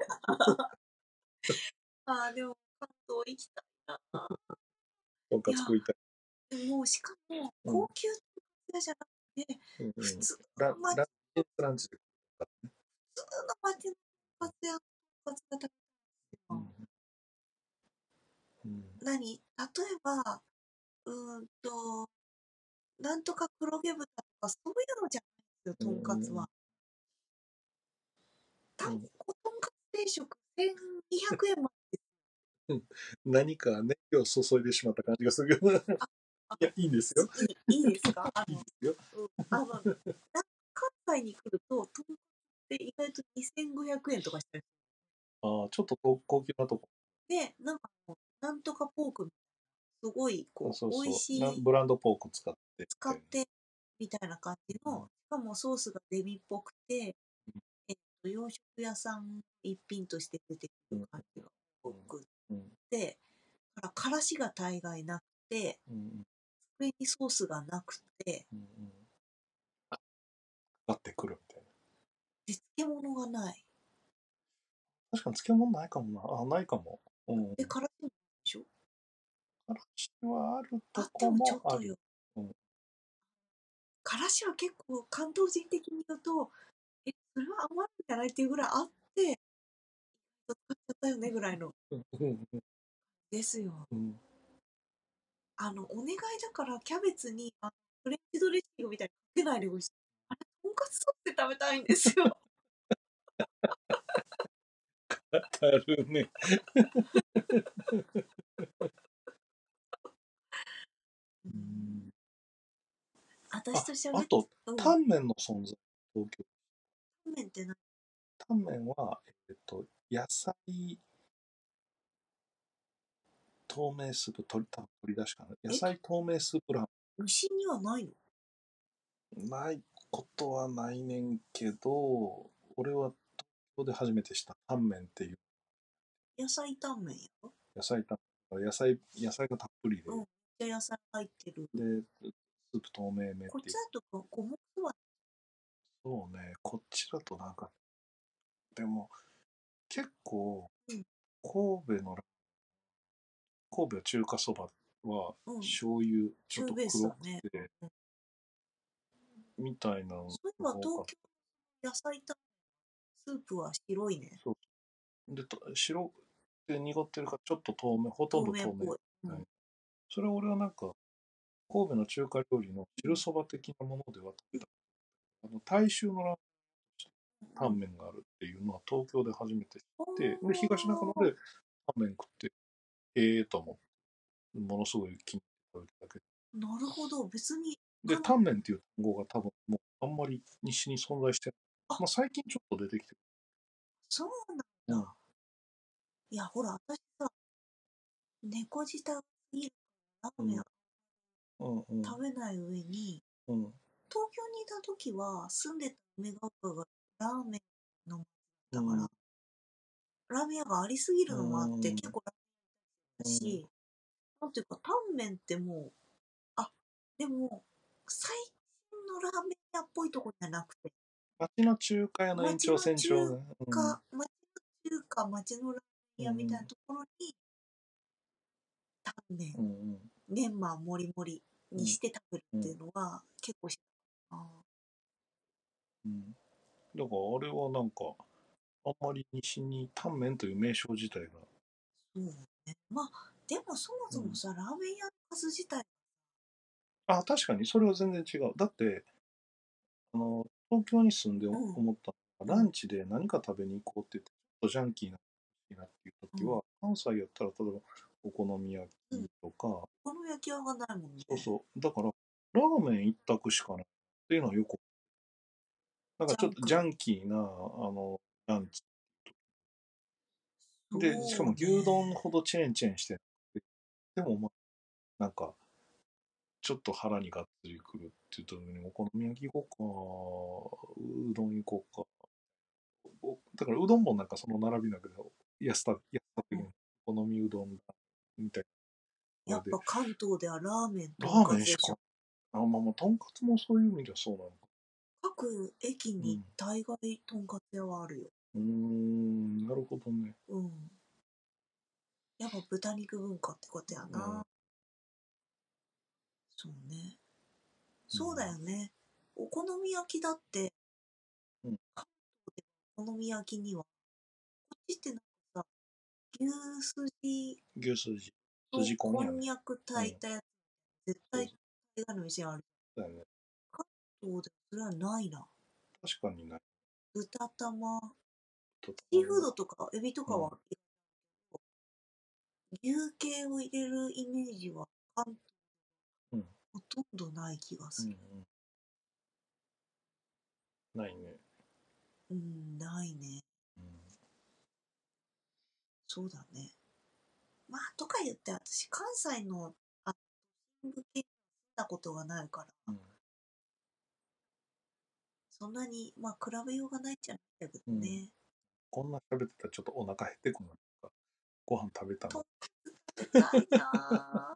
ああ、でも関東行きたいな。 とんかつ食いたい。 でもしかも高級とんかつ屋じゃなくて、うん、普通の町のランチで普通の町のとんかつ屋、とんかつが食べたいんですよ。うん、何？例えば、うーんと、なんとか黒毛豚とかそういうのじゃないですよ、とんかつは。たんことんかつ定食せんにひゃくえんまでです。 何か熱気を注いでしまった感じがするけど、いや、いいんですよ。 いい、いいですか？あの、いいですよ。うん、あの、関西に来ると、とんかつって意外とにせんごひゃくえんとかしてる。 ああ、ちょっと高級なとこ。 で、なんかもう、なんとかポーク、すごい、こう、そうそう、美味しい。 ブランドポーク使って。 使って、みたいな感じの、しかもソースがデミっぽくて、うん、えっと、洋食屋さん一品として出てくる感じが多くて、だからからしが大概なくて、うん、上にソースがなくて、うんうん、 かかってくるみたいな。 で、漬物がない。 確かに漬物ないかもな。あ、ないかも。 うん、で、からしもでしょ？ からしはあるとこもある。あってもちょっとよ。うん、 からしは結構関東人的に言うと、え、それは余るんじゃないっていうぐらいあって、使っちゃったよねぐらいの。ですよ。うん、あの、お願いだからキャベツにあのフレンチドレッシングみたいにかけないでほしい。あれ、とんんかつソースで食べたいんですよ。 語るね。うん、 私と喋って、 あと、 うん、 タンメンの存在、東京。 タンメンって何？ タンメンは、えっと、野菜、透明スープ、取り、多分取り出しかな。野菜透明スープラー牛にはないの？ メン。ないことはないねんけど、俺は東京で初めてしたタンメンっていう。 野菜タンメンやろ？ 野菜タンメン。野菜、野菜がたっぷりで。 うん。じゃ野菜入ってる。 で、スープ透明めっていう。 こっちだと五目そば。 そうね、こっちだとなんか、でも、結構、 うん、 神戸の、神戸中華そばは、 うん、 醤油、ちょっと黒くね、 て、うん、みたいなのがそういえば東京の野菜タンメン、スープは白いね。 そう。で、白で濁ってるからちょっと透明、ほとんど透明。うん、それは俺はなんか、神戸の中華料理の汁そば的なものでは食べた。あの大衆のラーメンタンメンがあるっていうのは東京で初めて知って、で東中野でタンメン食って、ええー、と思って、ものすごい気に入って食べてたけど。なるほど、別に。 ど。で、タンメンっていう単語が多分もうあんまり西に存在してない。まあ最近ちょっと出てきてる。 そうなんだ。うん、いや、ほら、私さ、猫舌すぎるからラーメン、うん、食べない上に、うん、東京にいた時は住んでた梅ヶ丘がラーメンのだから、うん、ラーメン屋がありすぎるのもあって、うん、結構ラーメン屋だし、うん、なんていうかタンメンってもう、あ、でも最近のラーメン屋っぽいとこじゃなくて、 町の中華屋の延長線上ね。 町の中華、うん、町の中華、町のラーメン屋みたいなところに、タンメン、うん、メンマもりもりにして食べるっていうのは結構し、うん、あ、 うん、だからあれはなんかあんまり西にタンメンという名称自体が、 そうね、まあでもそもそもさ、うん、ラーメン屋の数自体、 あ、確かにそれは全然違う。だってあの東京に住んで思ったのが、うん、ランチで何か食べに行こうって言ってちょっとジャンキーななっていう時は、うん、関西やったら例えばお好み焼きとか、うん、お好み焼き屋がないもんね。 そうそう、だからラーメン一択しかないっていうのはよく、なんかちょっとジャンキーなあのランチで、しかも牛丼ほどチェーンチェーンしてでもまあなんかちょっと腹にがっつりくるって言った時にお好み焼き行こうか、うどん行こうか、だからうどんもなんかその並びだけど安田安田的にお好みうどんみたいな。やっぱ関東ではラーメンとんかつでしょ。あ、まあまあとんかつもそういう意味ではそうなのか。各駅に大概とんかつ屋はあるよ。うーん、なるほどね。うん。やっぱ豚肉文化ってことやな。うん、そうね。そうだよね。お好み焼きだって、うん、関東でお好み焼きには、こっちってなんかさ、牛すじ、牛すじ、筋こんやね、こんにゃく炊いたやつ、うん、絶対大概の店ある。だよね。関東でそれはないな。確かにない。豚玉、シーフードとかエビとかは、うん、牛系を入れるイメージは関東、うん、ほとんどない気がする。うんうん、ないね。うん、ないね。うん、そうだね。まあ、とか言って私、関西の、あ、都心部系に住んだことがないから、うん、そんなに、まあ、比べようがないっちゃないんだけどね。うん、こんな喋ってたらちょっとお腹減ってくるのか。ご飯食べたの。食べたいな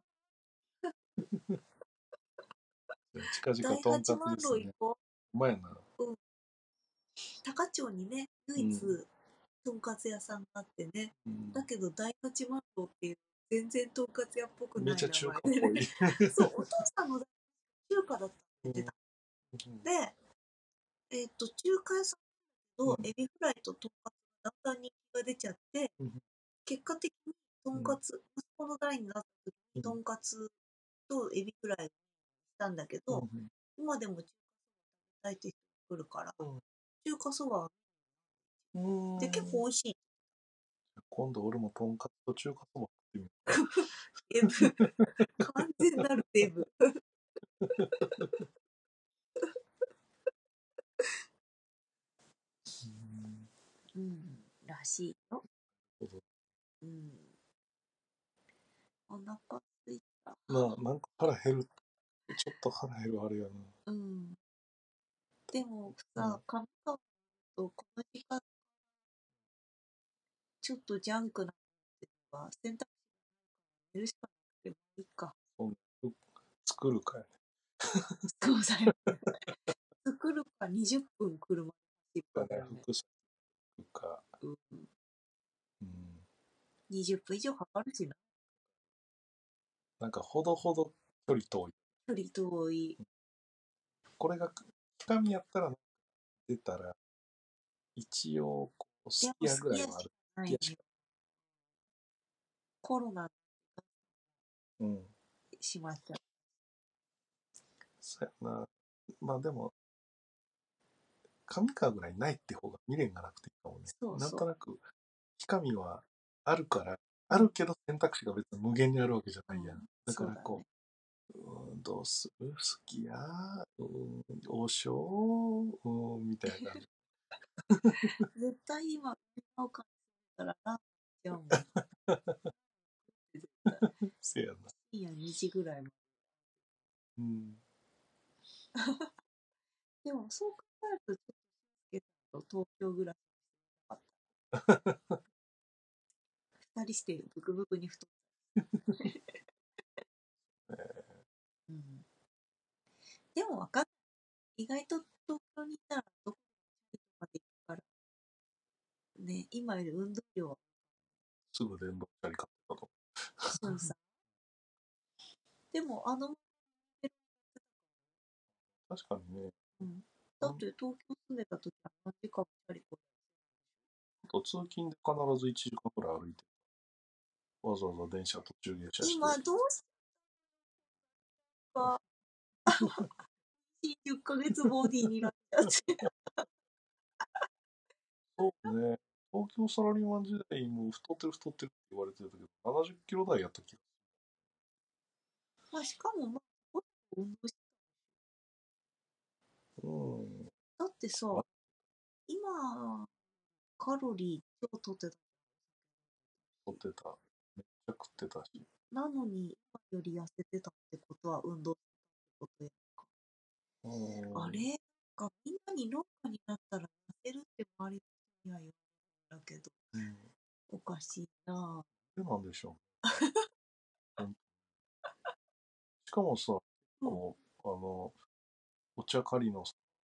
近々とんかつですね。うまいな。うん。高千穂にね、唯一、とんかつ屋さんがあってね。うん、だけど、第八万堂っていう、全然とんかつ屋っぽくない名前で、ね。めっちゃ中華っぽい。そう、お父さんの中華だったって言ってた。うん、で、えっと、中華屋さんとエビフライととんかつがだんだん人気が出ちゃって、うん、結果的にとんかつ、うん、息子の代になった時にとんかつとエビフライしたんだけど、うん、今でも中華そば食べたいって人くるから、 うん、 中華そばうんで結構美味しい。 今度俺もとんかつと中華そば食ってみる。 デブ。完全なるデブ。うん、らしいよ。うん。お腹すいた。 なあ、なんか腹減る。ちょっと腹減るあれやな。 うん。でもさ、 うん上川とこの時間、ちょっとジャンクなっていうか、選択肢がないから寝るしかなくてもいいか。 そん作るかやね。 そうだよね。作るかにじゅっぷん車で走るかだよね。 副作か。 うん。 うん。 にじゅっぷん以上かかるしな。 なんかほどほど距離遠い。 距離遠い。 これが深みやったら出たら一応こうすき家ぐらいはある。 ないね。コロナうん。 しまった。 そうやな。まあでも上川ぐらいないって方が未練がなくていいかもね。 そうそう。 なんとなく深みはあるから、あるけど選択肢が別に無限にあるわけじゃないやん。うん、だからこう、う、ね、うん、どうするすき家、うん、王将、うん、みたいな。 絶対今、お金たらラーメンもん。 せやな。 深夜にじぐらいまで。 うん。 でもそう考えると、ちょっとしんすけさんと東京暮らししてなかった。二人してブクブクに太った。 えーうん、でも分かんない。意外と東京にいたらどこでもチャリとかで行くから。ね、今より運動量は。 すぐ電動チャリ買ってたと。 そうさ。でもあの、 確かにね。 うん、だって東京住んでた時は何時間もチャリこと通勤で必ずいちじかんくらい歩いて、わざわざ電車途中下車して。 今どうしたかじゅっかげつボディになっちゃって。 そうね。東京サラリーマン時代も太ってる太ってるって言われてたけど、ななじゅっキロ台やった気がまあしかもまあ、運動しする。うん。 だってさ、今、カロリー超取ってた。 太ってた。めっちゃ食ってたし。 なのに、今より痩せてたってことは運動してたってことやんか。あれか、みんなに農家になったら痩せるって周りの人には言うんだけど、うん、おかしいなぁ。 なんでしょう。しかもさ、こう、うん、あの、お茶狩りの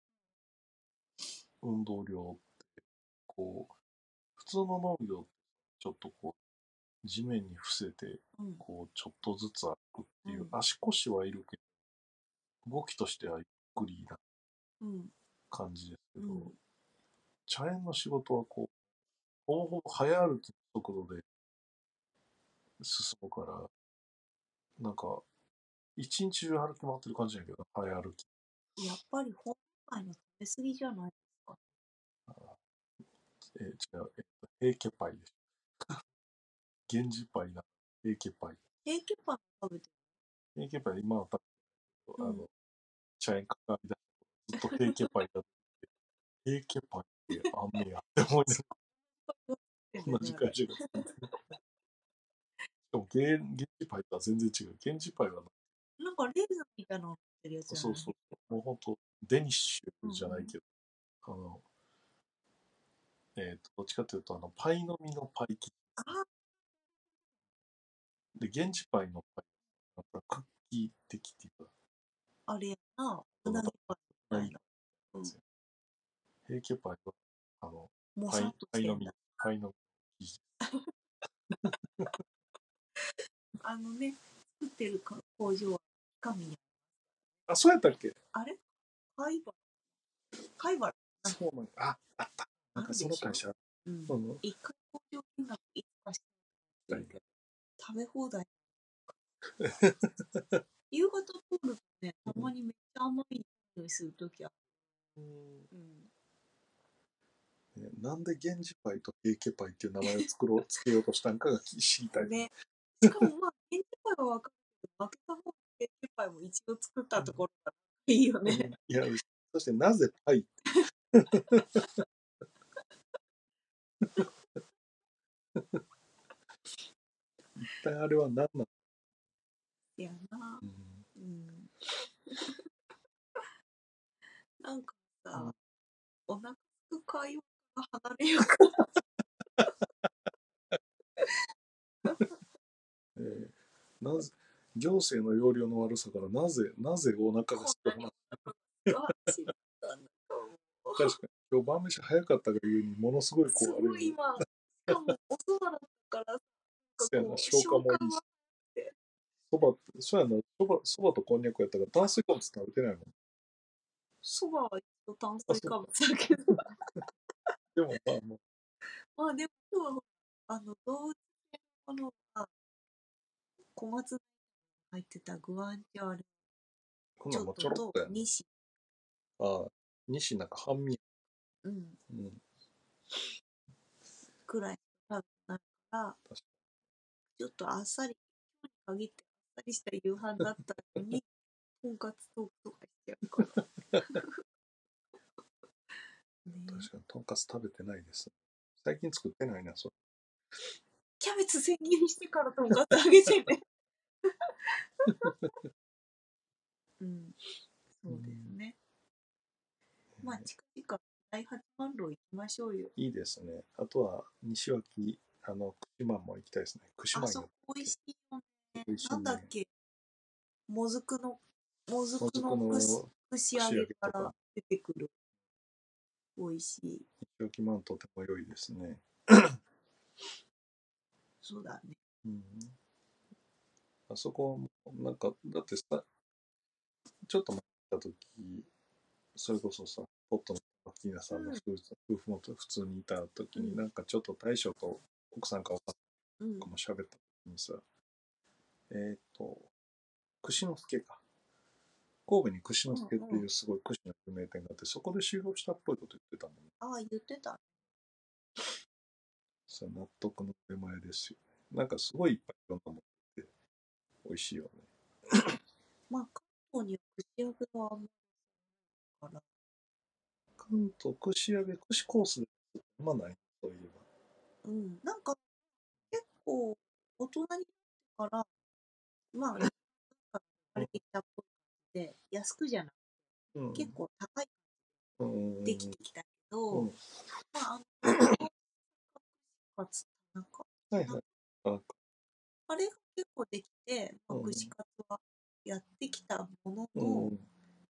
運動量って、こう、普通の農業ってちょっとこう、地面に伏せて、こう、ちょっとずつ歩くっていう、うん、足腰はいるけど、動きとしてはゆっくりな感じですけど、うん、茶園の仕事はこう、ほぼほぼ早歩きの速度で進むから、なんか、一日中歩き回ってる感じやけど、早歩き。 やっぱり本来の食べ過ぎじゃないですか。 あえー、違う、えっと、平家パイです。源氏パイな、平家パイ。 平家パイ食べてる？ 平家パイ、今は食べてるけど、うん、あの、茶園かかりだずっと平家パイだって、平家パイってあんねやって思いながら、同じ会社が作ってる。しかも、源氏パイとは全然違う。源氏パイはなんかレーズンみたいなのってるやつじゃない？ そうそうそう。もうほんと、デニッシュじゃないけど、うんうん、あの、えっ、ー、と、どっちかというと、あの、パイの実のパイ生地。で、現地パイのパイ、なんかクッキー的っていうか、 あれやな、うなぎパイみたいな。うん、 平家パイは、あの、 もパイ、パイの実、パイの生地。あのね、作ってる工場は神に。 あ、そうやったっけ？ あれ貝原。貝原。 そうなんあ、あった。なんかその会社。 うん。一回工場見学いつかしてるけど、食べ放題。夕方通るとね、たまにめっちゃ甘い匂いするときある。 うん、ね、なんで源氏パイと平家パイっていう名前を作ろうつけようとしたんかが知りたいね。しかもまあ源氏パイは分かるけど、負けた方が源氏パイも一度作ったところがいいよね。うん、 いや、そしてなぜパイって一体あれは何なの？ いやな、うんうん、なんかさ、うん、お腹すく会話が離れようかえー、なぜ行政の要領の悪さからなぜなぜお腹がすくの？確かに今日晩飯早かったがゆえにものすごいこうすごい今、しかもおそばだったからそうやな、消化もいいし。そば、そうやな、そば、そばとこんにゃくやったから炭水化物食べてないもん。 そばは一応炭水化物だけど。 でもまあまあ。 まあでも今日は、あの、動物系のものが、小松菜に入ってたグアンジャール。 ちょっとと、西。ああ、西なんか半身。うん。うん。 くらい食べないから、ちょっとあっさり、今日に限ってあっさりした夕飯だったのに、とんかつトークとかしちゃうから。 ね、確かにとんかつ食べてないです。最近作ってないな、それ。 キャベツ千切りしてからとんかつあげてね。うん、そうですね。うん、まあ近々だいはちまんろ行きましょうよ。 いいですね。あとは西脇、あの串満も行きたいですね。串満。あそこ美味しいよね。なんだっけ。もずくのもずくの串揚げから出てくる。美味しい。 西脇満とても良いですね。 そうだね。うん。 あそこなんかだってさ、ちょっと待った時、それこそさ、ポットのマキーナさんの夫婦も普通にいた時に、うん、なんかちょっと大将と奥さんか分かったかも喋った時にさ、うん、えっ、ー、と、串之助か。神戸に串之助っていうすごい串の有名店があって、そこで修行したっぽいこと言ってたもんね。 ああ、言ってた。 さ、納得の出前ですよね。なんかすごいいっぱいいろんなものって美味しいよね。 まあ、関東には串揚げはあんまりから。 関東、串揚げ、串コースであんまない、そういえば。 うん、なんか結構大人になってから、まあ、あれできたっぽい感じで、安くじゃなくて、うん、結構高い感じでできてきたけど、うん、まあ、あの、カツ田中、はいはい、あ, あれが結構できて、まあ、串カツはやってきたものの、うんうん、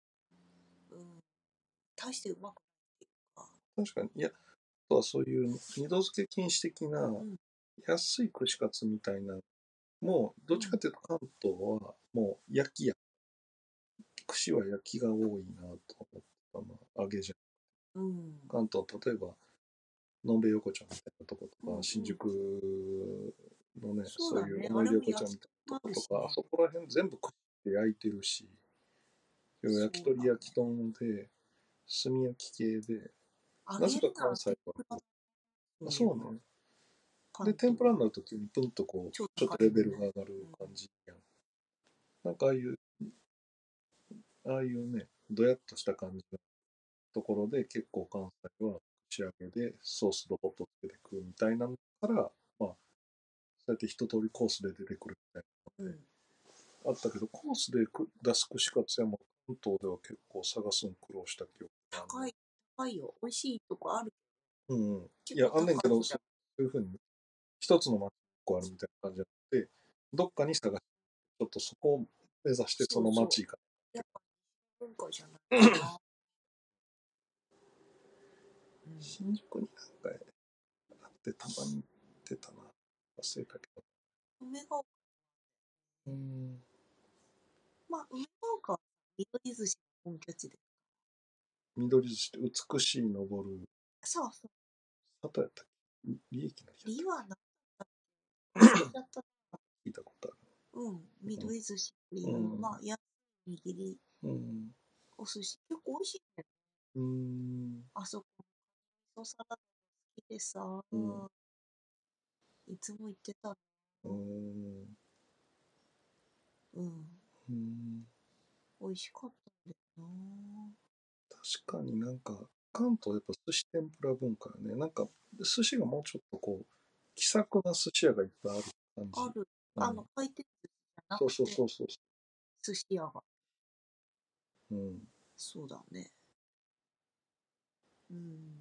大してうまくないっていうか。 確かに、いや、あとはそういう二度漬け禁止的な安い串カツみたいな、もうどっちかというと関東はもう焼きや、串は焼きが多いなと思ったな、揚げじゃん、うん、関東、例えばのんべい横丁みたいなとことか、うんうん、新宿のね、そう、ね、そういう思い出横丁みたいなとことか、あそこら辺全部串で焼いてるし、焼き鳥焼き豚で炭焼き系で、なぜか関西はあ、そうね。で、天ぷらになると急にプンとこう、ちょっとレベルが上がる感じやん。なんかああいう、ああいうね、どやっとした感じのところで結構関西は仕上げでソースドボッとつけてくるみたいなのから、まあ、そうやって一通りコースで出てくるみたいなので、うん、あったけど、コースで出す串カツ屋も関東では結構探すの苦労した記憶が高い、高いよ。美味しいとこある。 うんうん。いや、あんねんけど、そういうふうに一つの町個あるみたいな感じであって、どっかに探して、ちょっとそこを目指してその町行かない。やっぱ文化じゃないかな。新宿になんかあってたまに行ってたな。忘れたけど。梅ヶ丘。うん。まあ、梅ヶ丘は緑寿司の本拠地で。緑寿司って美しい登る。そうそう。里やったっけ？利益の利はなかったっけ？聞いたことある。うん、緑寿司っていう、うん、まあ、安い握り、うん、お寿司、結構美味しいね。 うーん。 あそこ、味噌サラダが好きでさ、 うん、 いつも行ってた。 うーん。 うん。 うん。 美味しかったんだよな。 確かになんか、関東やっぱ寿司天ぷら文化よね。なんか、寿司がもうちょっとこう、気さくな寿司屋がいっぱいある感じ。 ある。 うん、 あの、回転寿司じゃなそうそうくて、 そうそう。 寿司屋が。 うん。 そうだね。うん。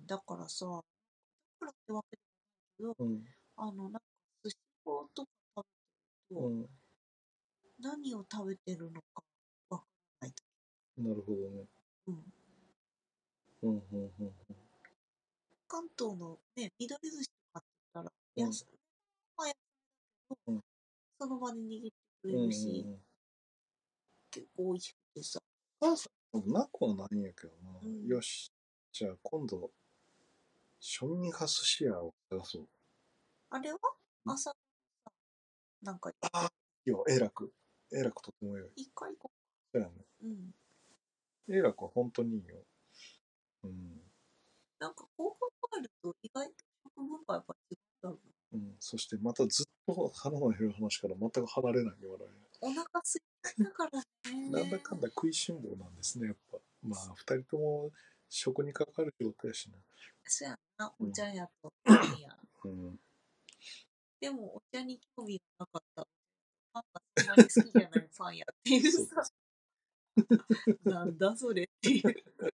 だからさ、だからってわけでもないけど、 うん。 あの、なんか寿司棒とか食べてると、 うん。 何を食べてるのかわからないと。 なるほどね。 うん。 うん、うん、うん、 関東のね、緑寿司とかって言ったら、 うん。 安い、まあ安いけど、 うん、 その場で握ってくうん、うん。 れるし、結構美味しくてさ。 母さん、なくはないんやけどな。 うん。 よし。じゃあ今度、庶民派寿司屋を探そう。 あれは朝さ、なんか、 ああ、いいよ、えらく。えらくとてもよい。 一回行こそうやね。 う。うん。 えらくは本当にいいよ。うん。 なんか、こう考えると、意外と食文化やっぱ違うんだろうな。 うん。そしてまたずっと腹の減る話から全く離れないよ、笑お腹空いちゃったからい。 ね。 なんだかんだ食いしん坊なんですね、やっぱ。まあ、二人とも食にかかる仕事やしな。 そうやな、 うん。 お茶やとパンや。 うん。 でも、お茶に興味がなかった。パンがそんなに好きじゃないパンやっていうさ、 そうです。 なんだそれっていう。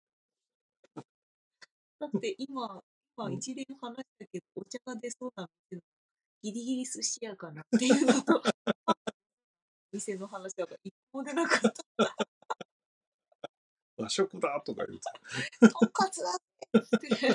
だって今、今うん。 一連話したけど、お茶が出そうな店のギリギリ寿司屋かなっていうのと、店の話だから一個も出なかった。 和食だとか言うと。 とんかつだってって。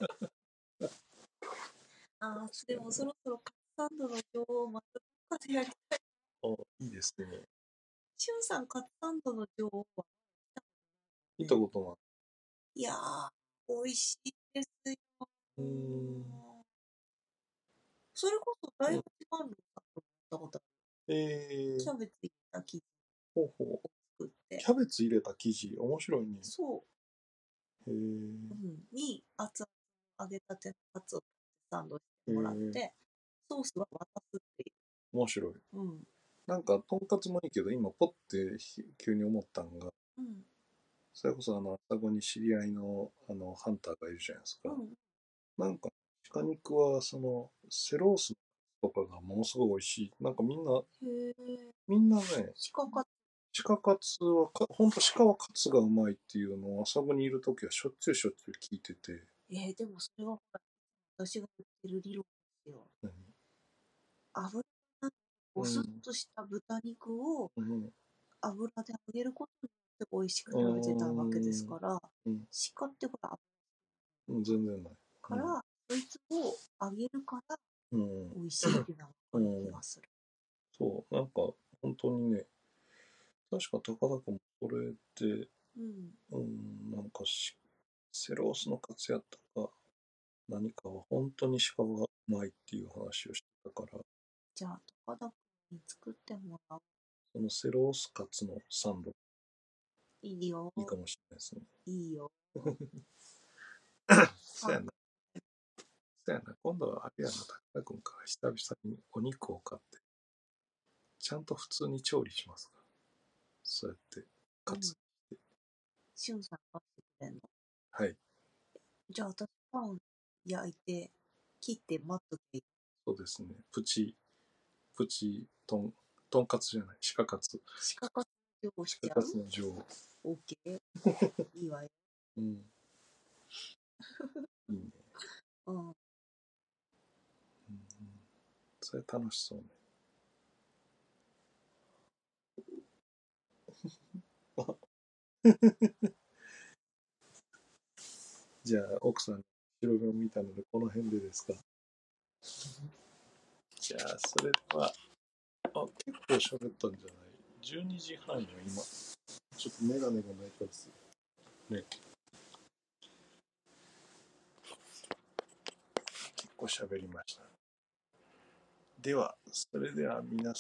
ああ、でもそろそろカツサンドの女王またどっかでやりたい。 あ、いいですね。 しゅんさん、カツサンドの女王は見たことない。 いやー、美味しいですよ。 うーん。 それこそ大うん。 八幡宮さんと思ったことあえる。キー、 ャベツ入れた生地ほうほう。 を作って。 キャベツ入れた生地、面白いね。 そへえう。うん。に、熱々揚げたてのカツをサンドしー、 てもらっえー、 て、ソースは渡すってい面白い。 う。うん。 なんか、とんかつもいいけど、今、ポッてひ急に思ったんが、 うん。 それこそ、あの、朝子に知り合いの、あの、ハンターがいるじゃないですか。 うん。 なんか、鹿肉は、その、セロースとかがものすごい美味しい。なんかみんな、 へえ。 みんなね、 鹿カツ。 鹿カツはか、ほんと鹿はカツがうまいっていうのを朝子にいるときはしょっちゅうしょっちゅう聞いてて。 えー、でもそれはほら、私が言ってる理論ですよ。 何油がうボソッん。 とした豚肉をうん。 油で揚げることによって美味しくう食べてたわけですん。 から、 うん。 鹿ってほら、 うん。全然ない。うん。 から、そいつを揚げるからうん。 美味しいっていうのはう分かる気ん。 がする。 そう。なんか、本当にね、確か高田君もそれで、 うん。 うん、なんかし、セロースのカツやったか、何かは本当に鹿がうまいっていう話をしてたから、 じゃあ、高田君に作ってもらおう。 そのセロースカツのサンド、 いいよ。 いいかもしれないですね。 いいよ。 そやな。そやな。今度はあれやな、高田君から久々にお肉を買って、ちゃんと普通に調理しますか。そうやって、カツ。 うん。しゅんさんがしてくれんの？ はい。 じゃあ、私パン焼いて、切って待っとけ。 そうですね。プチ、プチ、トン、トンカツじゃない、鹿カツ。 鹿カツ用意しち鹿カゃう？ ツの女王。 オッケー。いいわよ。 うん。いいね。 うん。 うん。それ楽しそうね。じゃあ、奥さん、白目を見たので、この辺でですか。じゃあ、それでは、あ、結構喋ったんじゃない？ じゅうに 時半よ、今。ちょっとメガネがないからですね。結構喋りました。では、それでは皆さん、